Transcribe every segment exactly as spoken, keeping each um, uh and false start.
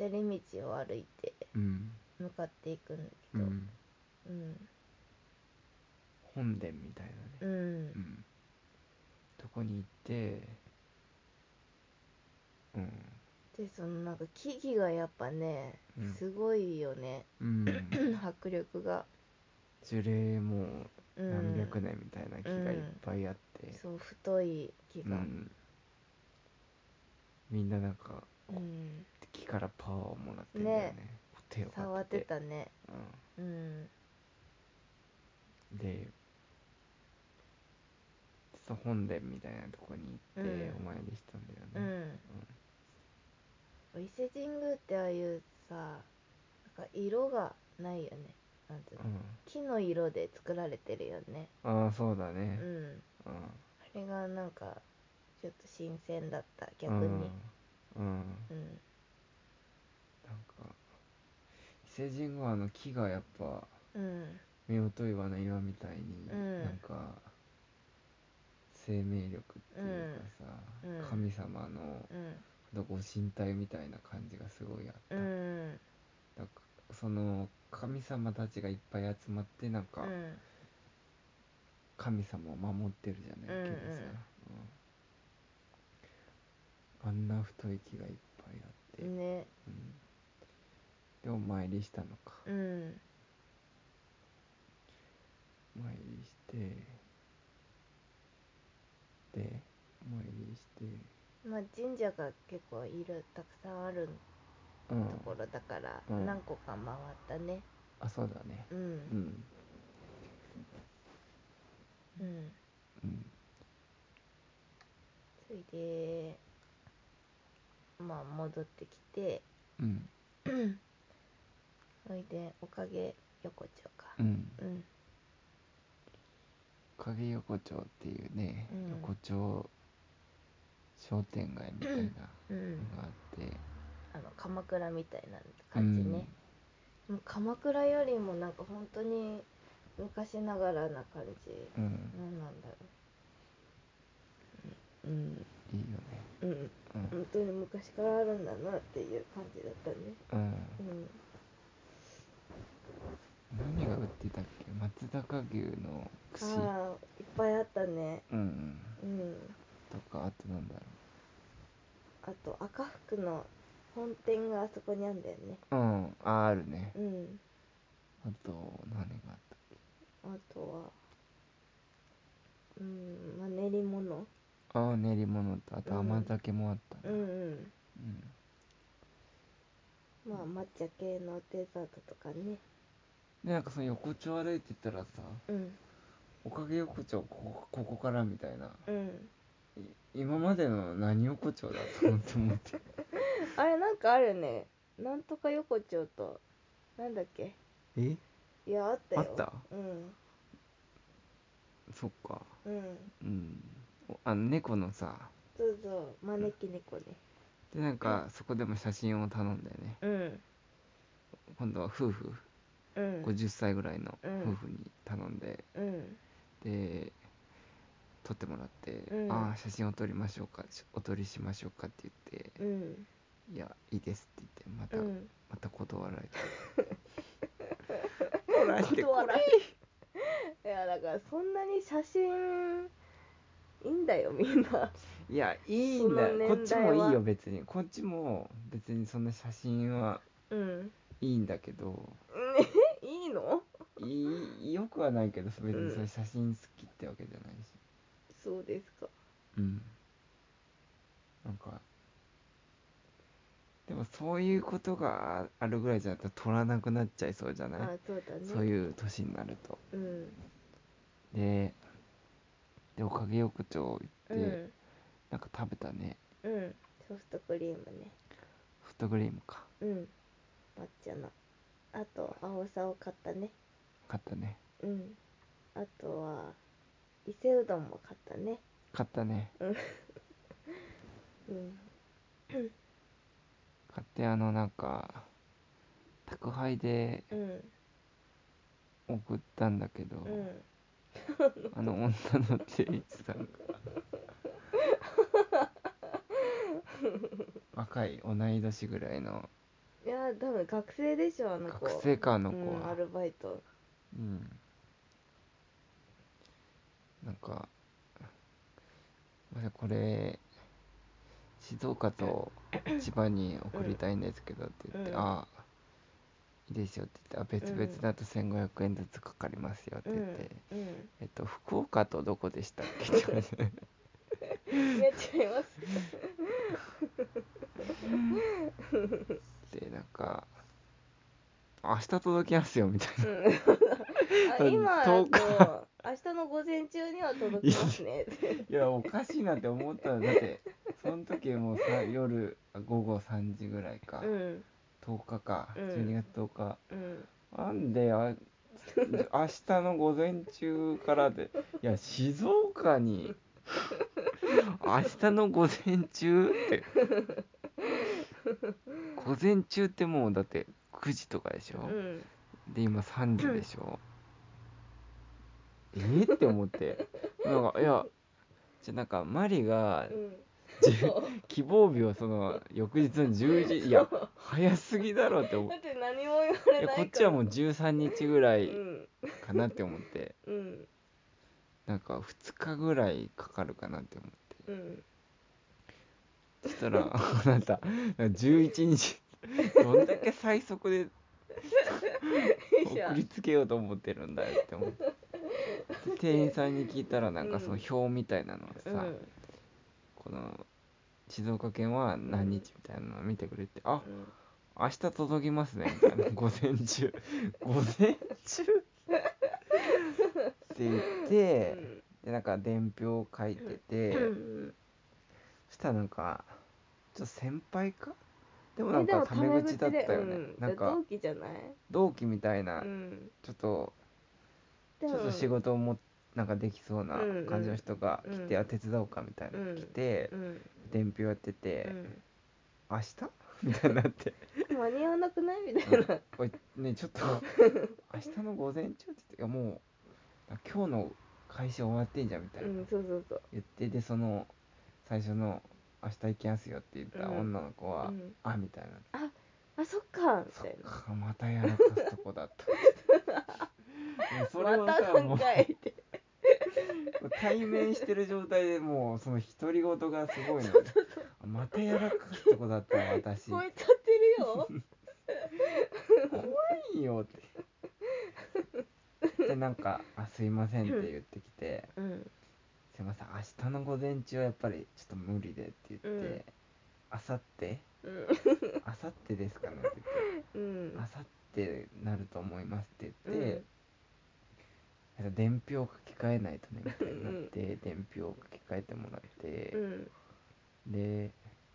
せり道を歩いてうん向かっていくんだけど、 うんうん本殿みたいなね、 うんうんとこに行って、うんでそのなんか木々がやっぱね、 うんすごいよね、 うん、 迫力が。 樹齢もうん何百年みたいな木がいっぱいあって、 そう太い木が、 うん、みんななんかうん木からパワーをもらってんだよね、 ね手をか触ってけて、 たね。うんうん、でそう本殿みたいなとこに行ってうんお参りしたんだようね、 ん伊勢神宮ってああいうさ、なんか色がないよね、なんていうの、 うん木の色で作られてるよね。 うん、ああそうだうね、 んうあれがなんかちょっと新鮮だった、 ん逆に。 うん、うん、 うんなんか伊勢神宮はあの木がやっぱうん夫婦岩の岩みたいに、 うんなんか生命力っていうかさ、 うん神様のうんご神体みたいな感じがすごいあっうた。 んだからその神様たちがいっぱい集まってなんかうん神様を守ってるじゃないけどさ、うん、あんな太い木がいっぱいあって、 うんねうん、でお参りしたのか、 うんお参りしてでお参りしてまあ神社が結構いるたくさんあるうんところだからうん何個か回ったね。 あそうだねうんうんうんうんそれでまあ戻ってきてうんそれでおかげ横丁か。 うんうん影横丁っていうね、 うん横丁商店街みたいなのうんがあってあの鎌倉みたいなう感じね。 んもう鎌倉よりもなんか本当に昔ながらな感じ。 うんなんなんだろう。うんいいよねうんうん本当に昔からあるんだなっていう感じだったね。 うんうん何が売ってたっけ松阪牛の串ああいっぱいあったね。 うんうんうんとかあとなんだろあと赤福の本店があそこにあるんだよね。 ううんああるねうんあと何があったっけあとはうんまあ練り物。 ああ練り物とあとうん甘酒もあったなうんうんうんまあ抹茶系のデザートとかね。 でなんかその横丁歩いてたらさうんおかげ横丁ここ、ここからみたいなうんい今までの何横丁だと思って思ってあれなんかあるね。なんとか横丁となんだっけ。 えいやあったよ。 あったうんそっかうんうんおあの猫のさそうそう招き猫ね。 でなんかそこでも写真を頼んだよねうん今度は夫婦うんごじゅっさいぐらいのうん夫婦に頼んでうんで撮ってもらってうんああ写真を撮りましょうかお撮りしましょうかって言ってうんいやいいですって言ってまたうんまた断られた撮らせてく断られれいやだからそんなに写真いいんだよみんな。 いやいいそのんだよこっ年代はちもいいよ別にこっちも別にそんな写真はうんいいんだけどねいいの。 いいよくはないけど別にそうんれ写真好きってわけじゃないしそうですか。 うんなんかでもそういうことがあるぐらいじゃなくて撮らなくなっちゃいそうじゃないあそうだね。 そういう年になるとうんででおかげ横丁行ってうんなんか食べたねうんソフトクリームね。 ソフトクリームかうん抹茶のあと青さを買ったね。 買ったねうんあとは伊勢うどんも買ったね。 買ったねうんうん買ってあのなんか宅配でうん送ったんだけどうんあの女の店員さんが若い同い年ぐらいのいや多分学生でしょあの子。 学生かあの子は、 うん、アルバイト。 うんなんかこれ静岡と千葉に送りたいんですけどって言って、 うんああいいですよって言って、あ別々だとせんごひゃくえんずつかかりますよって言って、 うんうんえっと福岡とどこでしたっけって言われていや違いますでなんか明日届きますよみたいな、 うんあ今だとおかと明日の午前中には届きますねっていやおかしいなって思ったのだってその時もうさ夜午後さんじぐらいか、 うんとおかか、 うんじゅうにがつとおか、 うんなんであ明日の午前中からで、いや静岡に明日の午前中って午前中ってもうだってくじとかでしょ、 うんで今さんじでしょえーって思ってなんかいやじゃなんかマリがうんじゅ希望日をその翌日のじゅういちじいや早すぎだろって思うだって何も言わいれやないからこっちはもうじゅうさんにちぐらいうんかなって思ってうんなんかふつかぐらいかかるかなって思ってうんそしたらあなたじゅういちにちどんだけ最速でいや送りつけようと思ってるんだよって思ってで店員さんに聞いたらなんかその表みたいなのをさ、 うんこの静岡県は何日みたいなのを見てくれて、あうん明日届きますねみたいな午前中午前中って言ってでなんか伝票書いてて、 うんそしたらなんかちょっと先輩かでもなえんかタメでもタメ口だっ口でうたよね、 んじゃあなんか同期じゃない同期みたいなうんちょっとでもちょっと仕事もなんかできそうなうん感じの人が来て、 うんあ手伝おうかみたいなうん来てうん伝票やってて、 うん明日みたいになって間に合わなくないみたうんいなおいねちょっと明日の午前中って言っていやもう今日の会社終わってんじゃんみたいなうんそうそうそう言ってでその最初の明日行きますよって言った女の子は、 うんあみたいなああそっかみそったいなかまたやらかすとこだったもうそれまたなんはさもうかいって対面してる状態でもうその独り言がすごいのよまたやらかすとこだったわ私超えちゃってるよ怖いよってでなんか「あすいません」って言ってきてうん 「すいません明日の午前中はやっぱりちょっと無理で」って言って「あさってうんあさってですかね」って言ってうん 「あさってなると思います」ってう言ってんなんか伝票書き換えないとねみたういになっんて伝票を書き換えてもらってうんで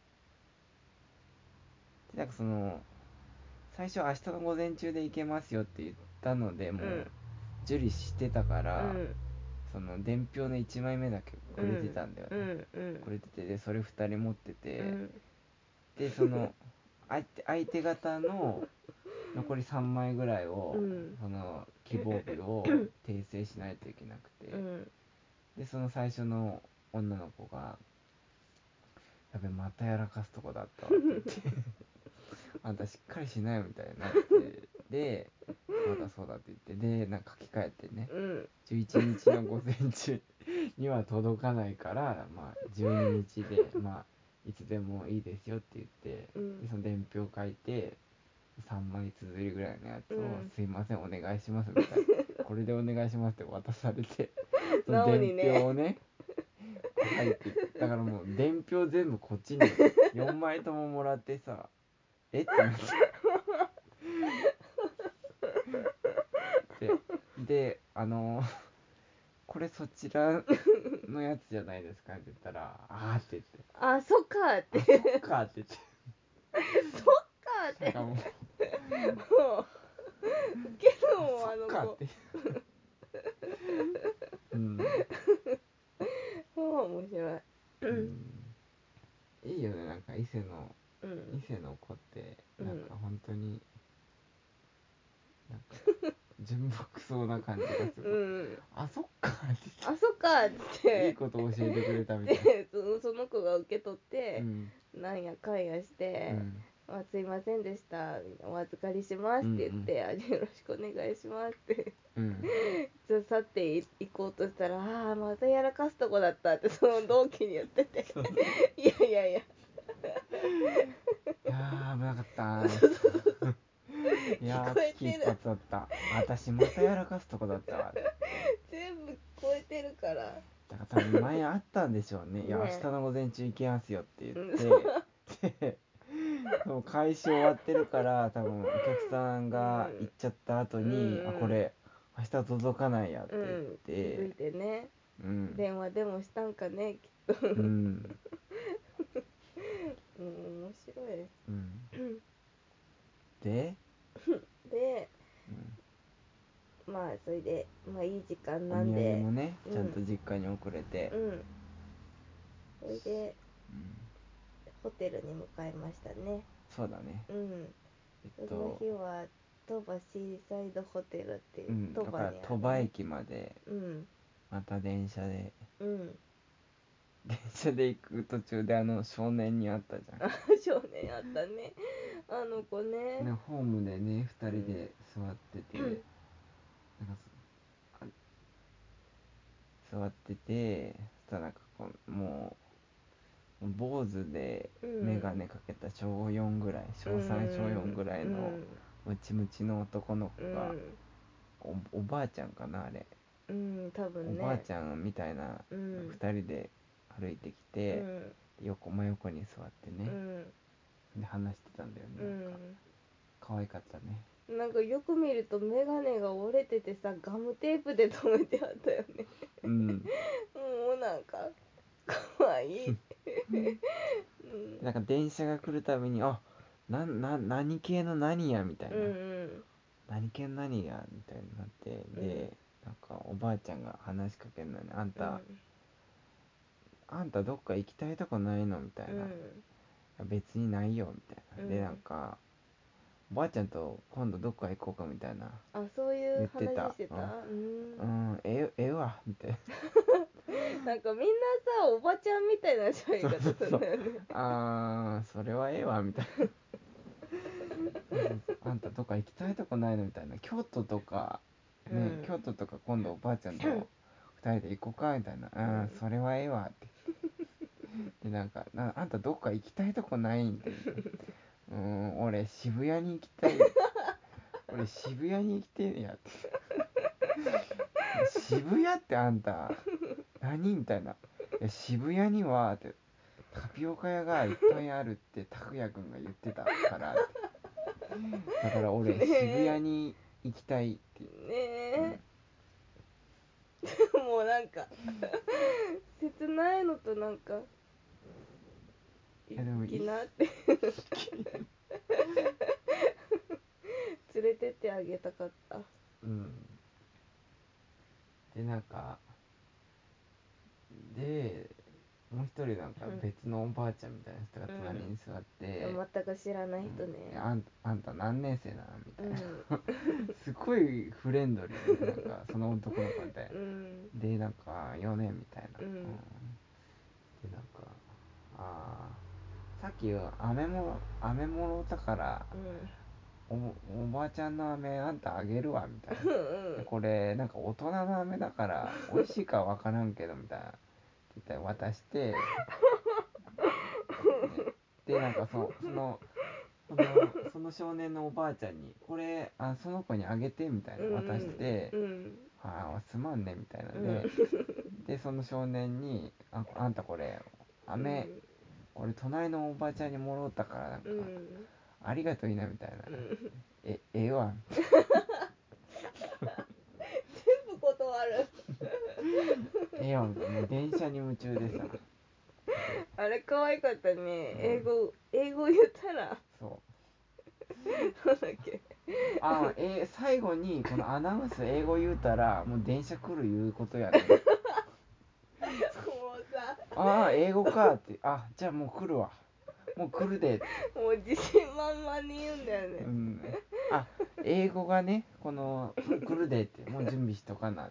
でなんかその最初明日の午前中で行けますよって言ったのでもううん受理してたかうらんその伝票のいちまいめだけくれてたんだようね、 んうんくれててでそれふたり持ってて、 うんでその相手相手方の残りさんまいぐらいを、 うんその希望日を訂正しないといけなくて、 うんでその最初の女の子がやべまたやらかすとこだったわって言ってあんたしっかりしなよみたいになってでそうだそうだって言ってでなんか書き換えてねうんじゅういちにちの午前中には届かないからまあじゅうににちでまあいつでもいいですよって言ってうんでその伝票書いてさんまい綴りぐらいのやつをうんすいませんお願いしますみたいなこれでお願いしますって渡されてそのなお伝にね票をね入ってだからもう伝票全部こっちによんまいとももらってさえってなってでであのこれそちらのやつじゃないですかって言ったらあーって言ってあそっかってあそっかって言ってそっかってなんかもうもうけどもああの子そっかってうんもう面白いうんいいよねなんか伊勢のうん伊勢の子ってうんなんか本当になんか純朴そうな感じがすうる、 んあそっかってあそっかっ言っていいてこと教えてくれたみたいなでそのその子が受け取って、 うんなんやかんやして、 うんあすいませんでしたみんなお預かりしますって言って、あよろしくお願いしますってうんじゃあ去ってい行こうとしたら、ああまたやらかすとこだったってその同期に言ってていやいやいやいやー危なかったーいや聞こえー危機てる一髪だった。私またやらかすとこだったわ。 全部聞こえてるからだから多分前あったんでしょうね。いや明ね日の午前中行けますよって言うんってでもう開始終わってるから多分お客さんが行っちゃった後に、 うんあこれ明日届かないやって言っうん気づいて、 てねうん電話でもしたんかねきっとうんうん面白いうんで、 でうん、 まあそれでまあいい時間お土なんで産もねうんちゃんと実家に送れて、 うんそれでうんホテルに向かいましたねそうだね。 うんえっそのと日は鳥羽シーサイドホテルっていううんだ鳥から羽にある鳥羽駅までうんまた電車でうん電車で行く途中であの少年に会ったじゃん。 あ少年あったねあの子ねね、ホームでねふたりで座ってて、なんかそあ座っててそしたらなんかこうもう坊主でうん眼鏡かけた小よんぐらい小うんさん小よんぐらいのムチムチの男のう子が、 んお、おばあちゃんかなあれ、 うん多分ねおばあちゃんみたいなうんふたりで歩いてきうて、 ん横真横に座ってね、 うんで話してたんだよね。 うなんかん可愛かったね。 なんかよく見るとメガネが折れててさガムテープで留めてあったよねうんもうなんかかわいいうんなんか電車が来るたびにあなな何系の何やみたいうんな、 うん何系の何やみたいになって、 うんでなんかおばあちゃんが話しかけるのにあんた、 うんあんたどっか行きたいとこないのみたいな、いうんや別にないよみたいな、 うんでなんかおばあちゃんと今度どっか行こうかみたいなあそういう言ってた。 話してたうんうんうんええええわみたいななんかみんなさおばちゃんみたいな喋りそう方するそうそうんだよねあーそれはええわみたいなそうそうそうあんたどっか行きたいとこないのみたいな、京都とかね、 うん京都とか今度おばあちゃんとふたりで行こうかみたいな、うんうんそれはええわってでなんかなあんたどっか行きたいとこないんって言うと、うーん俺渋谷に行きたい俺渋谷に行きてえやって渋谷ってあんた何みたいな、いや渋谷にはってタピオカ屋がいっぱいあるって拓也くんが言ってたからってだから俺ねえ渋谷に行きたいって言って、 ねえもうなんか切ないのとなんかいやでも行きなって連れてってあげたかったうんでなんかでもう一人なんか別のおばあちゃんみたいな人が隣に座ってうん、全く知らない人うんねえあんあんた何年生なのみたいな、 うんすごいフレンドリーでなんかその男の子で、 うんでなんかよねんみたいな、 うんでなんかあーさっき飴も飴もろたからうんおおばあちゃんの飴あんたあげるわみたいな、 うんでこれなんか大人の飴だから美味しいかわからんけどみたいなって言って渡して、ね、でなんかそそのそのその少年のおばあちゃんにこれあその子にあげてみたいな渡して、 うんああすまんねみたいなうんで、でその少年にああんたこれ飴俺隣のおばあちゃんにもろうたからなんか、 うんありがとういなみたいな、 うんえええわみたい全部断るなええわみたいなもう電車に夢中でさあれ可愛かったね、 うん英語英語言ったらそうなんだっけああ、えー最後にこのアナウンス英語言うたらもう電車来るいうことやねもうさああ英語かってあじゃあもう来るわもう来るでってもう自信満々に言うんだよね、 うん、あ英語がねこのもう来るでってもう準備しとかなって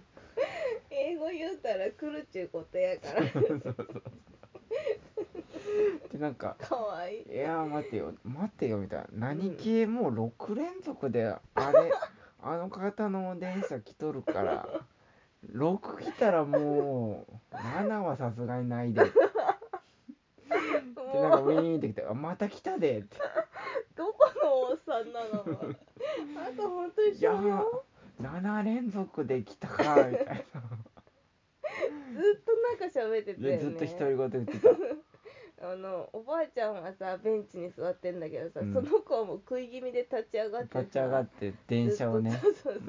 英語言うたら来るっちゅうことやからそうそうそうでなんかかわいい。 いやー待てよ待てよみたいな、何系もうろく連続であれあの方の電車来とるからろく来たらもうななはさすがにないでってでなんかウィーンって来てあまた来たでってどこのおっさんなの。あんたほんといや一緒よ。 ーなな連続で来たかみたいなずっとなんか喋ってたよね。 いやずっと独り言言ってたあのおばあちゃんはさベンチに座ってんだけどさ、 うんその子はもう食い気味で立ち上がってさ、 立ち上がって電車をねずっとそうそうそう、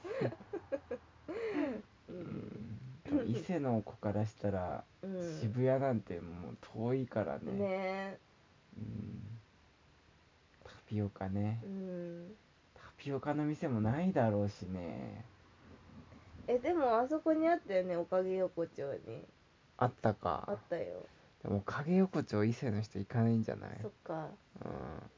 うん、伊勢の子からしたら、 うん、 渋谷なんてもう遠いからね。 ねえ、 うん、タピオカね、 うん、 タピオカの店もないだろうしね。 えでもあそこにあったよね、おかげ横丁にあったか。 あったよ。 でも影横丁伊勢の人行かないんじゃない？ そっか。 う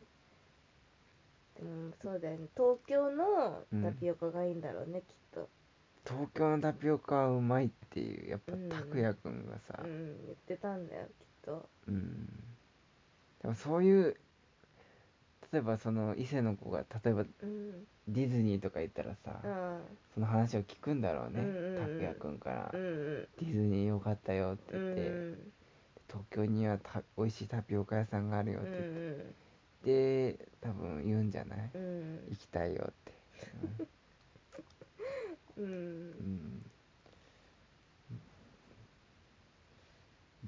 でもそうだよね、東京のん、うん、 タピオカがいいんだろうね、きっと。 東京のタピオカはうまいっていうやっぱうん拓也くんがさ、 うん、言ってたんだよきっと。 うん、でもそういう例えばその伊勢の子が例えばうん、 ディズニーとか行ったらさ、 ああ、 その話を聞くんだろううんうね、拓也んくんからうんうんディズニー良かったよってうんう言って、 ん東京にはた美味しいタピオカ屋さんがあるよっうんうて言って、で多分言うんじゃない、 んうん行きたいよって、 うん、